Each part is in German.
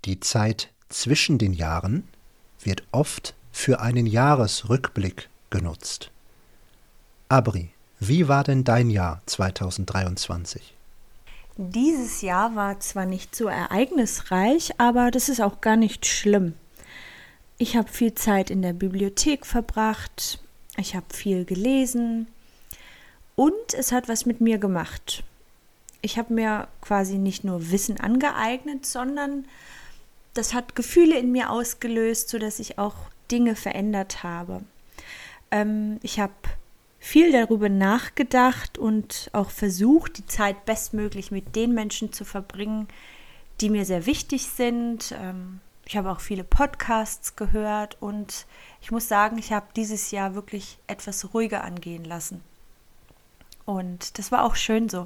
Die Zeit zwischen den Jahren wird oft für einen Jahresrückblick genutzt. Abri, wie war denn dein Jahr 2023? Dieses Jahr war zwar nicht so ereignisreich, aber das ist auch gar nicht schlimm. Ich habe viel Zeit in der Bibliothek verbracht, ich habe viel gelesen und es hat was mit mir gemacht. Ich habe mir quasi nicht nur Wissen angeeignet, sondern das hat Gefühle in mir ausgelöst, sodass ich auch Dinge verändert habe. Ich habe viel darüber nachgedacht und auch versucht, die Zeit bestmöglich mit den Menschen zu verbringen, die mir sehr wichtig sind. Ich habe auch viele Podcasts gehört und ich muss sagen, ich habe dieses Jahr wirklich etwas ruhiger angehen lassen. Und das war auch schön so.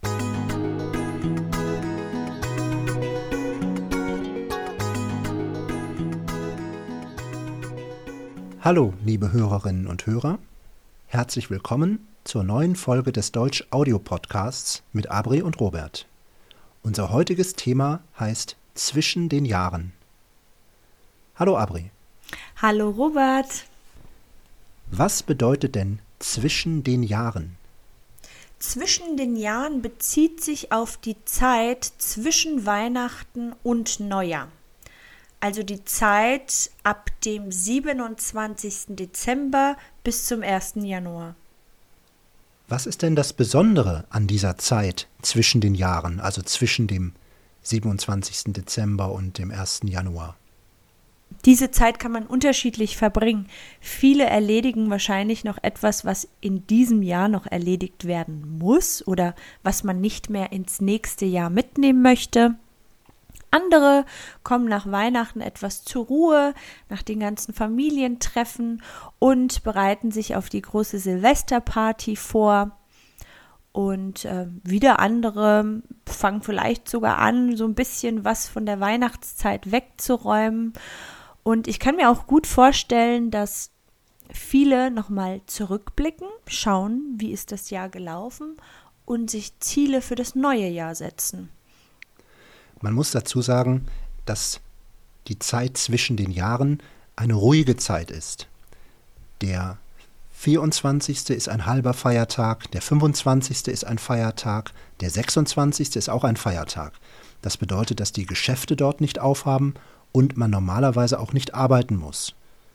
Hallo, liebe Hörerinnen und Hörer. Herzlich willkommen zur neuen Folge des Deutsch-Audio-Podcasts mit Abri und Robert. Unser heutiges Thema heißt Zwischen den Jahren. Hallo Abri. Hallo Robert. Was bedeutet denn zwischen den Jahren? Zwischen den Jahren bezieht sich auf die Zeit zwischen Weihnachten und Neujahr. Also die Zeit ab dem 27. Dezember bis zum 1. Januar. Was ist denn das Besondere an dieser Zeit zwischen den Jahren, also zwischen dem 27. Dezember und dem 1. Januar? Diese Zeit kann man unterschiedlich verbringen. Viele erledigen wahrscheinlich noch etwas, was in diesem Jahr noch erledigt werden muss oder was man nicht mehr ins nächste Jahr mitnehmen möchte. Andere kommen nach Weihnachten etwas zur Ruhe, nach den ganzen Familientreffen und bereiten sich auf die große Silvesterparty vor. Und wieder andere fangen vielleicht sogar an, so ein bisschen was von der Weihnachtszeit wegzuräumen. Und ich kann mir auch gut vorstellen, dass viele nochmal zurückblicken, schauen, wie ist das Jahr gelaufen und sich Ziele für das neue Jahr setzen. Man muss dazu sagen, dass die Zeit zwischen den Jahren eine ruhige Zeit ist. Der 24. ist ein halber Feiertag, der 25. ist ein Feiertag, der 26. ist auch ein Feiertag. Das bedeutet, dass die Geschäfte dort nicht aufhaben und man normalerweise auch nicht arbeiten muss.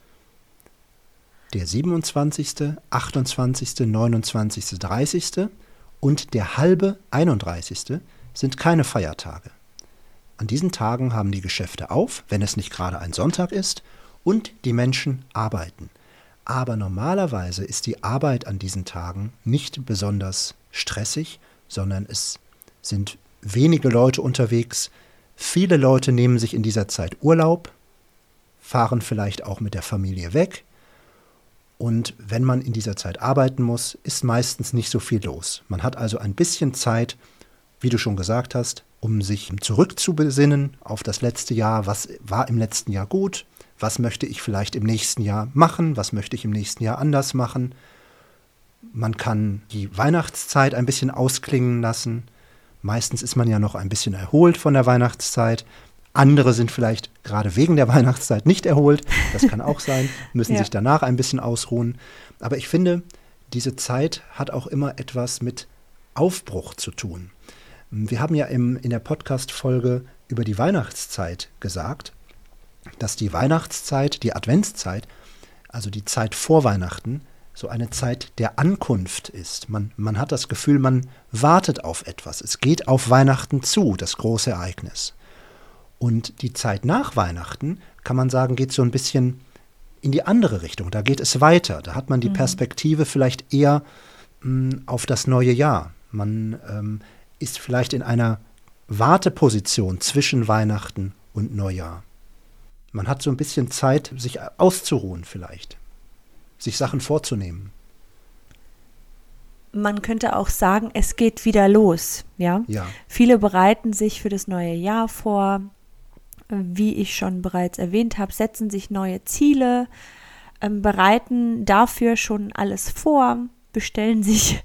Der 27., 28., 29., 30. und der halbe 31. sind keine Feiertage. An diesen Tagen haben die Geschäfte auf, wenn es nicht gerade ein Sonntag ist, und die Menschen arbeiten. Aber normalerweise ist die Arbeit an diesen Tagen nicht besonders stressig, sondern es sind wenige Leute unterwegs. Viele Leute nehmen sich in dieser Zeit Urlaub, fahren vielleicht auch mit der Familie weg. Und wenn man in dieser Zeit arbeiten muss, ist meistens nicht so viel los. Man hat also ein bisschen Zeit, wie du schon gesagt hast, um sich zurückzubesinnen auf das letzte Jahr. Was war im letzten Jahr gut? Was möchte ich vielleicht im nächsten Jahr machen? Was möchte ich im nächsten Jahr anders machen? Man kann die Weihnachtszeit ein bisschen ausklingen lassen. Meistens ist man ja noch ein bisschen erholt von der Weihnachtszeit. Andere sind vielleicht gerade wegen der Weihnachtszeit nicht erholt. Das kann auch sein, müssen sich danach ein bisschen ausruhen. Aber ich finde, diese Zeit hat auch immer etwas mit Aufbruch zu tun. Wir haben ja in der Podcast-Folge über die Weihnachtszeit gesagt, dass die Weihnachtszeit, die Adventszeit, also die Zeit vor Weihnachten, so eine Zeit der Ankunft ist. Man hat das Gefühl, man wartet auf etwas. Es geht auf Weihnachten zu, das große Ereignis. Und die Zeit nach Weihnachten, kann man sagen, geht so ein bisschen in die andere Richtung. Da geht es weiter. Da hat man die Perspektive vielleicht eher auf das neue Jahr. Man ist vielleicht in einer Warteposition zwischen Weihnachten und Neujahr. Man hat so ein bisschen Zeit, sich auszuruhen vielleicht, sich Sachen vorzunehmen. Man könnte auch sagen, es geht wieder los. Ja? Viele bereiten sich für das neue Jahr vor. Wie ich schon bereits erwähnt habe, setzen sich neue Ziele, bereiten dafür schon alles vor, bestellen sich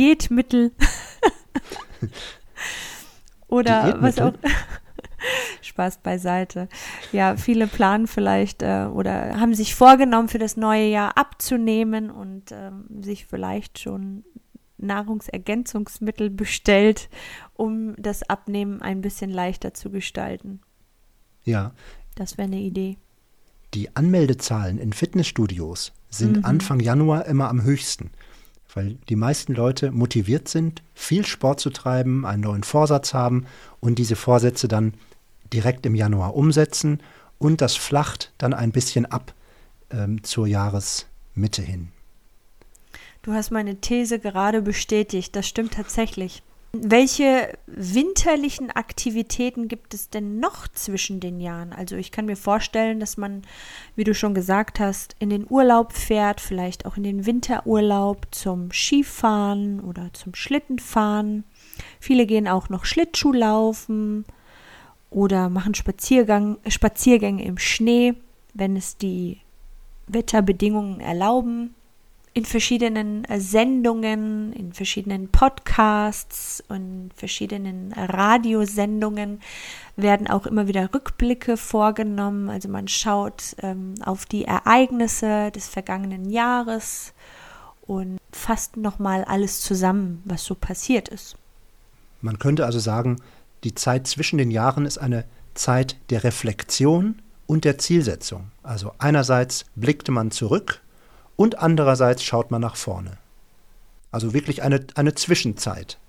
Diätmittel oder Diätmittel? Was auch Spaß beiseite. Ja, viele planen vielleicht oder haben sich vorgenommen, für das neue Jahr abzunehmen und sich vielleicht schon Nahrungsergänzungsmittel bestellt, um das Abnehmen ein bisschen leichter zu gestalten. Ja. Das wäre eine Idee. Die Anmeldezahlen in Fitnessstudios sind Anfang Januar immer am höchsten, weil die meisten Leute motiviert sind, viel Sport zu treiben, einen neuen Vorsatz haben und diese Vorsätze dann direkt im Januar umsetzen und das flacht dann ein bisschen ab zur Jahresmitte hin. Du hast meine These gerade bestätigt, das stimmt tatsächlich. Welche winterlichen Aktivitäten gibt es denn noch zwischen den Jahren? Also ich kann mir vorstellen, dass man, wie du schon gesagt hast, in den Urlaub fährt, vielleicht auch in den Winterurlaub zum Skifahren oder zum Schlittenfahren. Viele gehen auch noch Schlittschuhlaufen oder machen Spaziergänge im Schnee, wenn es die Wetterbedingungen erlauben. In verschiedenen Sendungen, in verschiedenen Podcasts und verschiedenen Radiosendungen werden auch immer wieder Rückblicke vorgenommen. Also man schaut auf die Ereignisse des vergangenen Jahres und fasst nochmal alles zusammen, was so passiert ist. Man könnte also sagen, die Zeit zwischen den Jahren ist eine Zeit der Reflexion und der Zielsetzung. Also einerseits blickte man zurück, und andererseits schaut man nach vorne. Also wirklich eine Zwischenzeit.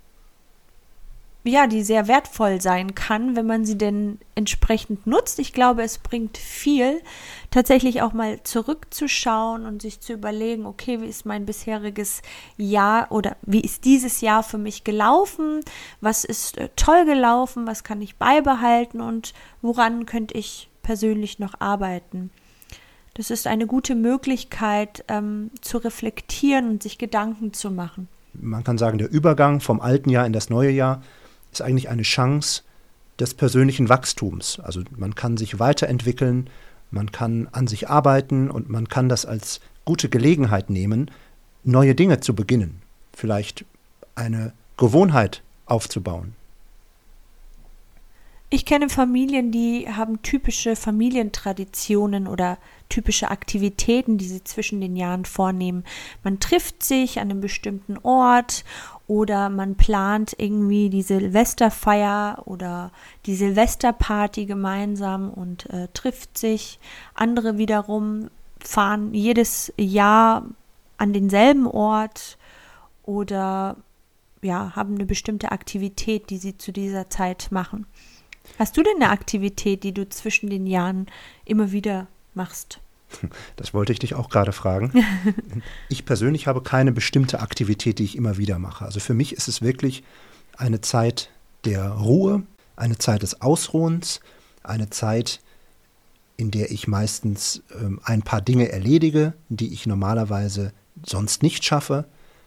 Ja, die sehr wertvoll sein kann, wenn man sie denn entsprechend nutzt. Ich glaube, es bringt viel, tatsächlich auch mal zurückzuschauen und sich zu überlegen, okay, wie ist mein bisheriges Jahr oder wie ist dieses Jahr für mich gelaufen? Was ist toll gelaufen? Was kann ich beibehalten? Und woran könnte ich persönlich noch arbeiten? Das ist eine gute Möglichkeit, zu reflektieren und sich Gedanken zu machen. Man kann sagen, der Übergang vom alten Jahr in das neue Jahr ist eigentlich eine Chance des persönlichen Wachstums. Also man kann sich weiterentwickeln, man kann an sich arbeiten und man kann das als gute Gelegenheit nehmen, neue Dinge zu beginnen. Vielleicht eine Gewohnheit aufzubauen. Ich kenne Familien, die haben typische Familientraditionen oder typische Aktivitäten, die sie zwischen den Jahren vornehmen. Man trifft sich an einem bestimmten Ort oder man plant irgendwie die Silvesterfeier oder die Silvesterparty gemeinsam und trifft sich. Andere wiederum fahren jedes Jahr an denselben Ort oder ja, haben eine bestimmte Aktivität, die sie zu dieser Zeit machen. Hast du denn eine Aktivität, die du zwischen den Jahren immer wieder machst? Das wollte ich dich auch gerade fragen. Ich persönlich habe keine bestimmte Aktivität, die ich immer wieder mache. Also für mich ist es wirklich eine Zeit der Ruhe, eine Zeit des Ausruhens, eine Zeit, in der ich meistens ein paar Dinge erledige, die ich normalerweise sonst nicht schaffe.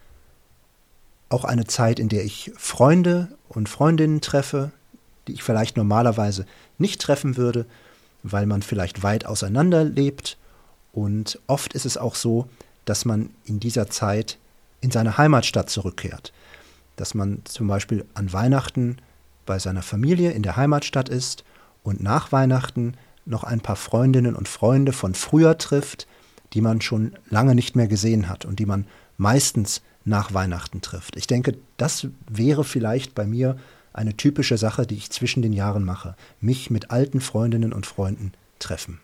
Auch eine Zeit, in der ich Freunde und Freundinnen treffe, die ich vielleicht normalerweise nicht treffen würde, weil man vielleicht weit auseinander lebt. Und oft ist es auch so, dass man in dieser Zeit in seine Heimatstadt zurückkehrt. Dass man zum Beispiel an Weihnachten bei seiner Familie in der Heimatstadt ist und nach Weihnachten noch ein paar Freundinnen und Freunde von früher trifft, die man schon lange nicht mehr gesehen hat und die man meistens nach Weihnachten trifft. Ich denke, das wäre vielleicht bei mir eine typische Sache, die ich zwischen den Jahren mache. Mich mit alten Freundinnen und Freunden treffen.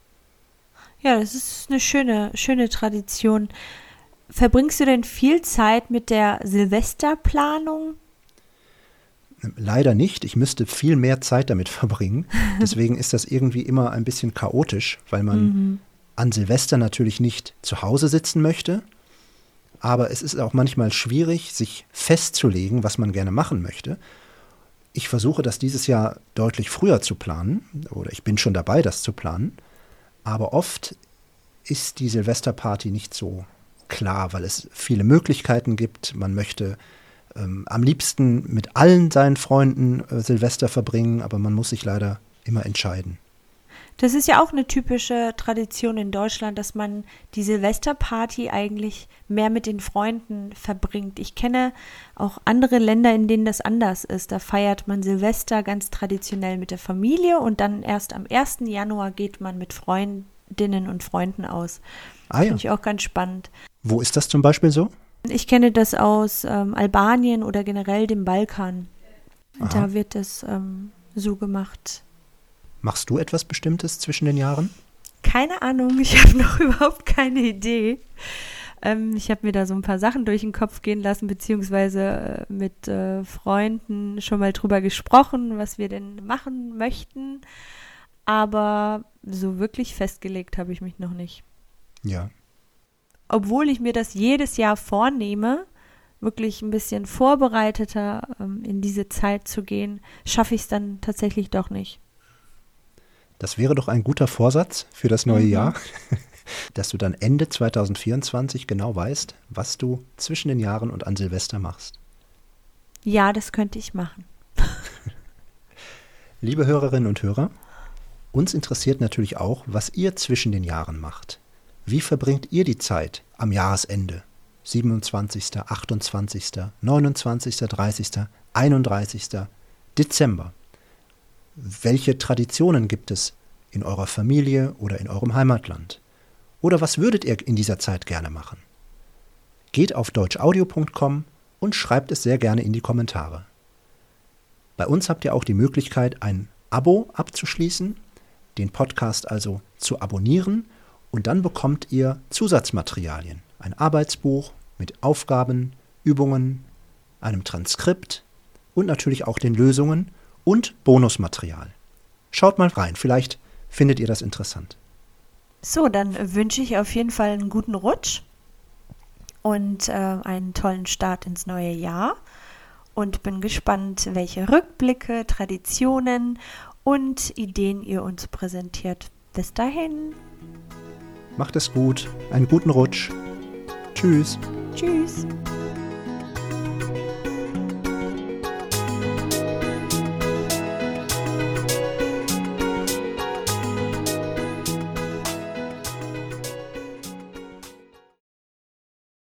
Ja, das ist eine schöne Tradition. Verbringst du denn viel Zeit mit der Silvesterplanung? Leider nicht. Ich müsste viel mehr Zeit damit verbringen. Deswegen ist das irgendwie immer ein bisschen chaotisch, weil man an Silvester natürlich nicht zu Hause sitzen möchte. Aber es ist auch manchmal schwierig, sich festzulegen, was man gerne machen möchte. Ich versuche das dieses Jahr deutlich früher zu planen, oder ich bin schon dabei, das zu planen. Aber oft ist die Silvesterparty nicht so klar, weil es viele Möglichkeiten gibt. Man möchte am liebsten mit allen seinen Freunden Silvester verbringen, aber man muss sich leider immer entscheiden. Das ist ja auch eine typische Tradition in Deutschland, dass man die Silvesterparty eigentlich mehr mit den Freunden verbringt. Ich kenne auch andere Länder, in denen das anders ist. Da feiert man Silvester ganz traditionell mit der Familie und dann erst am 1. Januar geht man mit Freundinnen und Freunden aus. Finde ich auch ganz spannend. Wo ist das zum Beispiel so? Ich kenne das aus Albanien oder generell dem Balkan. Aha. Da wird das so gemacht. Machst du etwas Bestimmtes zwischen den Jahren? Keine Ahnung, ich habe noch überhaupt keine Idee. Ich habe mir da so ein paar Sachen durch den Kopf gehen lassen, beziehungsweise mit Freunden schon mal drüber gesprochen, was wir denn machen möchten. Aber so wirklich festgelegt habe ich mich noch nicht. Ja. Obwohl ich mir das jedes Jahr vornehme, wirklich ein bisschen vorbereiteter in diese Zeit zu gehen, schaffe ich es dann tatsächlich doch nicht. Das wäre doch ein guter Vorsatz für das neue Jahr, dass du dann Ende 2024 genau weißt, was du zwischen den Jahren und an Silvester machst. Ja, das könnte ich machen. Liebe Hörerinnen und Hörer, uns interessiert natürlich auch, was ihr zwischen den Jahren macht. Wie verbringt ihr die Zeit am Jahresende? 27., 28., 29., 30., 31. Dezember. Welche Traditionen gibt es in eurer Familie oder in eurem Heimatland? Oder was würdet ihr in dieser Zeit gerne machen? Geht auf deutschaudio.com und schreibt es sehr gerne in die Kommentare. Bei uns habt ihr auch die Möglichkeit, ein Abo abzuschließen, den Podcast also zu abonnieren und dann bekommt ihr Zusatzmaterialien, ein Arbeitsbuch mit Aufgaben, Übungen, einem Transkript und natürlich auch den Lösungen und Bonusmaterial. Schaut mal rein, vielleicht findet ihr das interessant. So, dann wünsche ich auf jeden Fall einen guten Rutsch und einen tollen Start ins neue Jahr und bin gespannt, welche Rückblicke, Traditionen und Ideen ihr uns präsentiert. Bis dahin. Macht es gut, einen guten Rutsch. Tschüss. Tschüss.